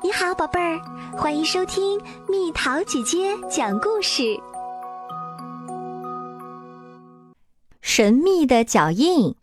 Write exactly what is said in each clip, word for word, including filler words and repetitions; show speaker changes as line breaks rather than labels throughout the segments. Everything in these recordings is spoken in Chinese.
你好，宝贝儿，欢迎收听蜜桃姐姐讲故事。
神秘的脚印。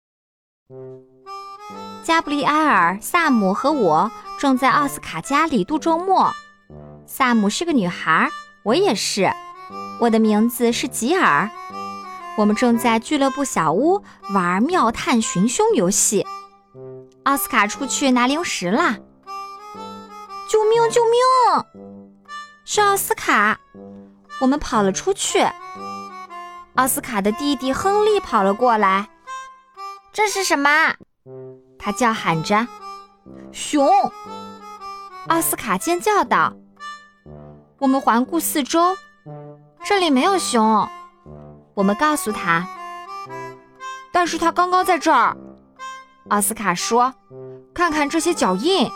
加布里埃尔、萨姆和我正在奥斯卡家里度周末。萨姆是个女孩，我也是。我的名字是吉尔。我们正在俱乐部小屋玩妙探寻凶游戏。奥斯卡出去拿零食啦！救命救命！是奥斯卡！我们跑了出去。奥斯卡的弟弟亨利跑了过来。这是什么？他叫喊着。熊！奥斯卡尖叫道。我们环顾四周，这里没有熊。我们告诉他。但是他刚刚在这儿。奥斯卡说，看看这些脚印。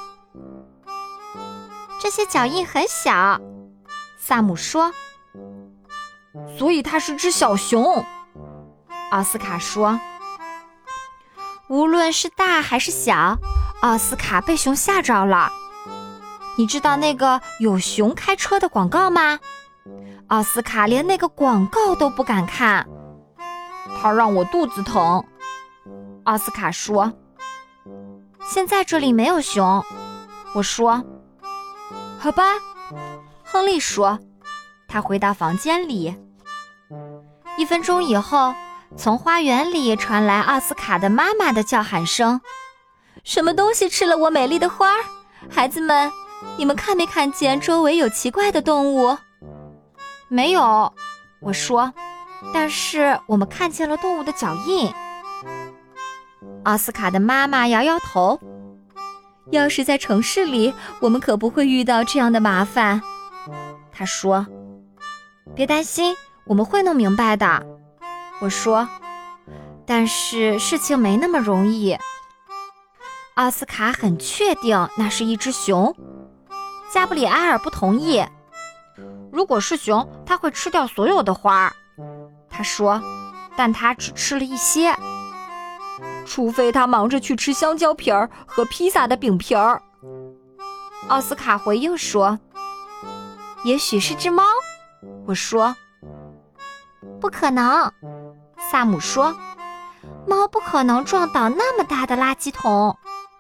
这些脚印很小，萨姆说。所以它是只小熊，奥斯卡说。无论是大还是小，奥斯卡被熊吓着了。你知道那个有熊开车的广告吗？奥斯卡连那个广告都不敢看。它让我肚子疼，奥斯卡说。现在这里没有熊，我说。好吧，亨利说。他回到房间里。一分钟以后，从花园里传来奥斯卡的妈妈的叫喊声。什么东西吃了我美丽的花？孩子们，你们看没看见周围有奇怪的动物？没有，我说。但是我们看见了动物的脚印。奥斯卡的妈妈摇摇头。要是在城市里，我们可不会遇到这样的麻烦。他说。别担心，我们会弄明白的。我说。但是事情没那么容易。奥斯卡很确定那是一只熊。加布里埃尔不同意。如果是熊，他会吃掉所有的花。他说，但他只吃了一些。除非他忙着去吃香蕉皮儿和披萨的饼皮儿。奥斯卡回应说。也许是只猫，我说。不可能，萨姆说。猫不可能撞倒那么大的垃圾桶。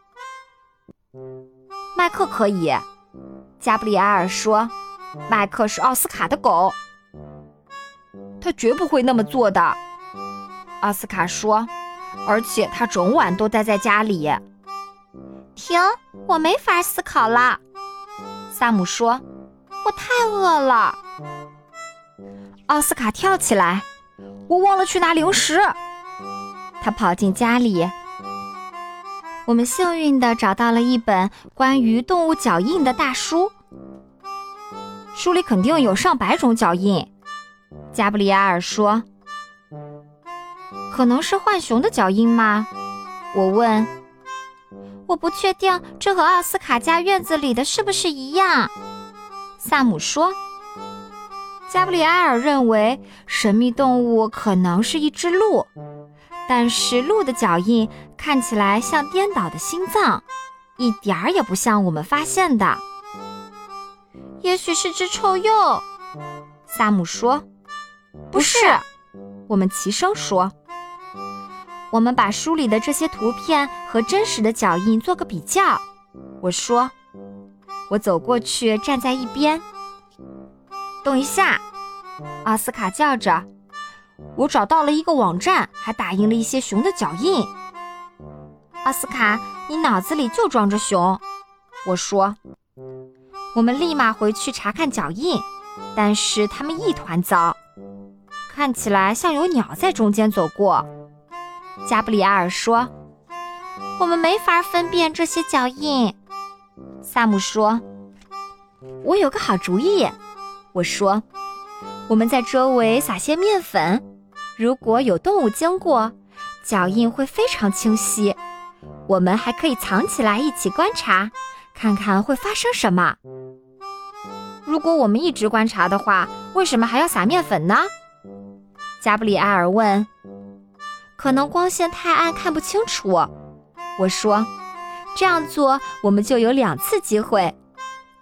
麦克可以，加布里埃尔说。麦克是奥斯卡的狗。他绝不会那么做的，奥斯卡说。而且他整晚都待在家里。停，我没法思考了，萨姆说。我太饿了。奥斯卡跳起来。我忘了去拿零食。他跑进家里。我们幸运地找到了一本关于动物脚印的大书。书里肯定有上百种脚印，加布里埃尔说。可能是浣熊的脚印吗？我问。我不确定这和奥斯卡家院子里的是不是一样，萨姆说。加布里埃尔认为神秘动物可能是一只鹿，但是鹿的脚印看起来像颠倒的心脏，一点儿也不像我们发现的。也许是只臭鼬，萨姆说。不是，我们齐声说。我们把书里的这些图片和真实的脚印做个比较，我说。我走过去站在一边。等一下，奥斯卡叫着。我找到了一个网站，还打印了一些熊的脚印。奥斯卡，你脑子里就装着熊，我说。我们立马回去查看脚印，但是它们一团糟，看起来像有鸟在中间走过。加布里埃尔说。我们没法分辨这些脚印，萨姆说。我有个好主意，我说。我们在周围撒些面粉，如果有动物经过，脚印会非常清晰。我们还可以藏起来一起观察，看看会发生什么。如果我们一直观察的话，为什么还要撒面粉呢？加布里埃尔问。可能光线太暗看不清楚，我说。这样做我们就有两次机会，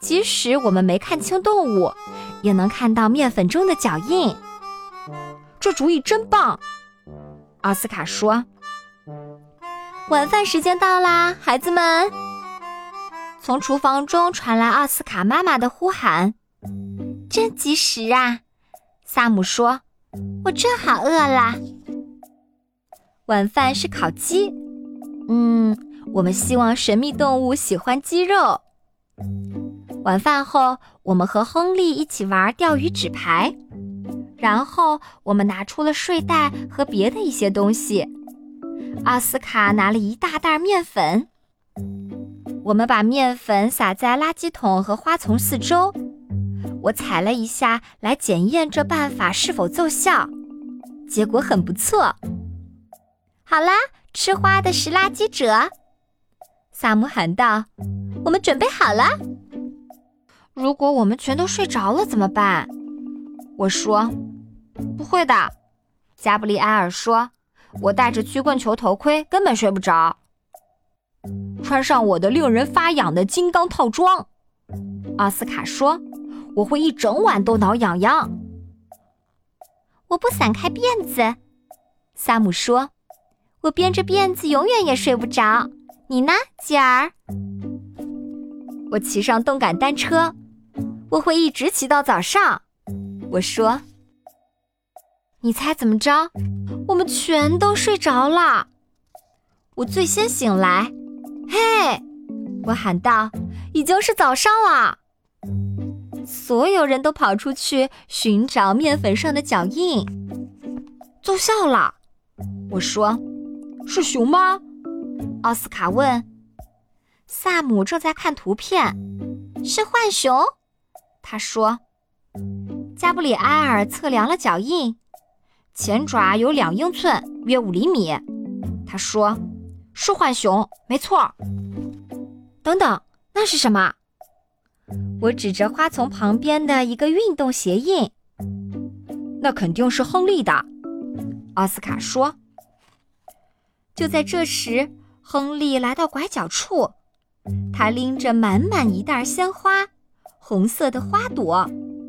即使我们没看清动物，也能看到面粉中的脚印。这主意真棒，奥斯卡说。晚饭时间到啦，孩子们！从厨房中传来奥斯卡妈妈的呼喊。真及时啊，萨姆说，我正好饿啦。晚饭是烤鸡。嗯，我们希望神秘动物喜欢鸡肉。晚饭后，我们和亨利一起玩钓鱼纸牌，然后我们拿出了睡袋和别的一些东西。奥斯卡拿了一大袋面粉，我们把面粉撒在垃圾桶和花丛四周。我踩了一下来检验这办法是否奏效，结果很不错。好啦，吃花的是垃圾者，萨姆喊道，我们准备好了。如果我们全都睡着了怎么办？我说。不会的，加布里埃尔说，我戴着曲棍球头盔根本睡不着。穿上我的令人发痒的金刚套装，奥斯卡说，我会一整晚都挠痒痒。我不散开辫子，萨姆说，我编着辫子永远也睡不着。你呢，吉尔？我骑上动感单车，我会一直骑到早上。我说。你猜怎么着？我们全都睡着了。我最先醒来。嘿，我喊道，已经是早上了。所有人都跑出去寻找面粉上的脚印。奏效了，我说。是熊吗？奥斯卡问。萨姆正在看图片。是浣熊，他说。加布里埃尔测量了脚印，前爪有两英寸，约五厘米。他说，是浣熊，没错。等等，那是什么？我指着花丛旁边的一个运动鞋印。那肯定是亨利的，奥斯卡说。就在这时，亨利来到拐角处，他拎着满满一袋鲜花，红色的花朵。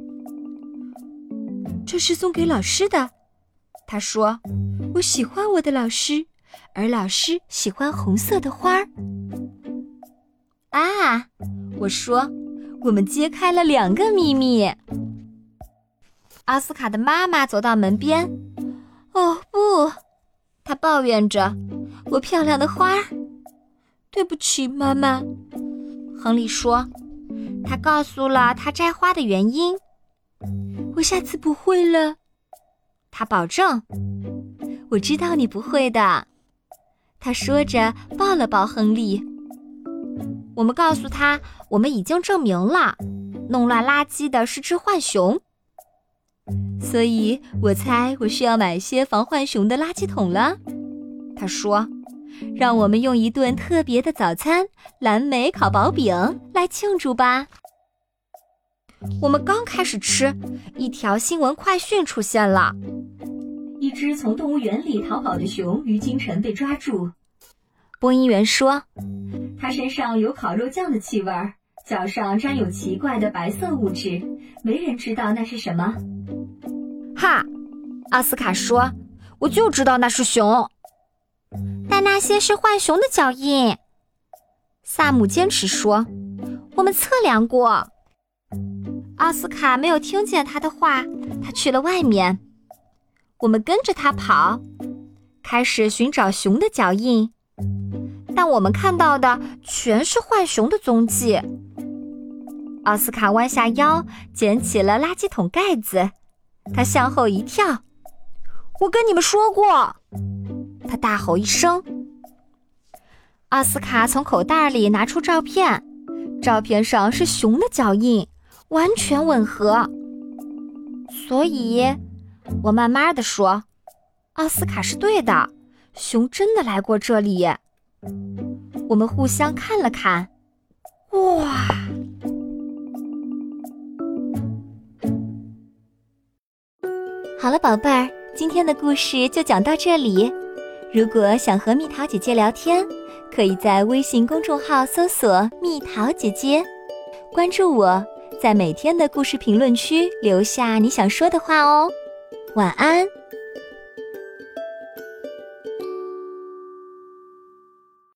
这是送给老师的，他说，我喜欢我的老师，而老师喜欢红色的花儿。啊，我说，我们揭开了两个秘密。奥斯卡的妈妈走到门边。哦不，她抱怨着，我漂亮的花儿。对不起，妈妈。亨利说，他告诉了他摘花的原因。我下次不会了，他保证。我知道你不会的，他说着抱了抱亨利。我们告诉他，我们已经证明了，弄乱垃圾的是只浣熊。所以我猜我需要买些防浣熊的垃圾桶了，他说。让我们用一顿特别的早餐蓝莓烤薄饼来庆祝吧。我们刚开始吃，一条新闻快讯出现了。
一只从动物园里逃跑的熊于清晨被抓住。
播音员说，
它身上有烤肉酱的气味，脚上沾有奇怪的白色物质，没人知道那是什么。
哈，奥斯卡说，我就知道那是熊。但那些是浣熊的脚印，萨姆坚持说，我们测量过。奥斯卡没有听见他的话，他去了外面。我们跟着他跑，开始寻找熊的脚印，但我们看到的全是浣熊的踪迹。奥斯卡弯下腰，捡起了垃圾桶盖子，他向后一跳。我跟你们说过，他大吼一声。奥斯卡从口袋里拿出照片，照片上是熊的脚印，完全吻合。所以我慢慢地说，奥斯卡是对的，熊真的来过这里。我们互相看了看，哇！好了，宝贝儿，今天的故事就讲到这里。如果想和蜜桃姐姐聊天，可以在微信公众号搜索蜜桃姐姐，
关注我，在每天的故事评论区留下你想说的话哦。晚安。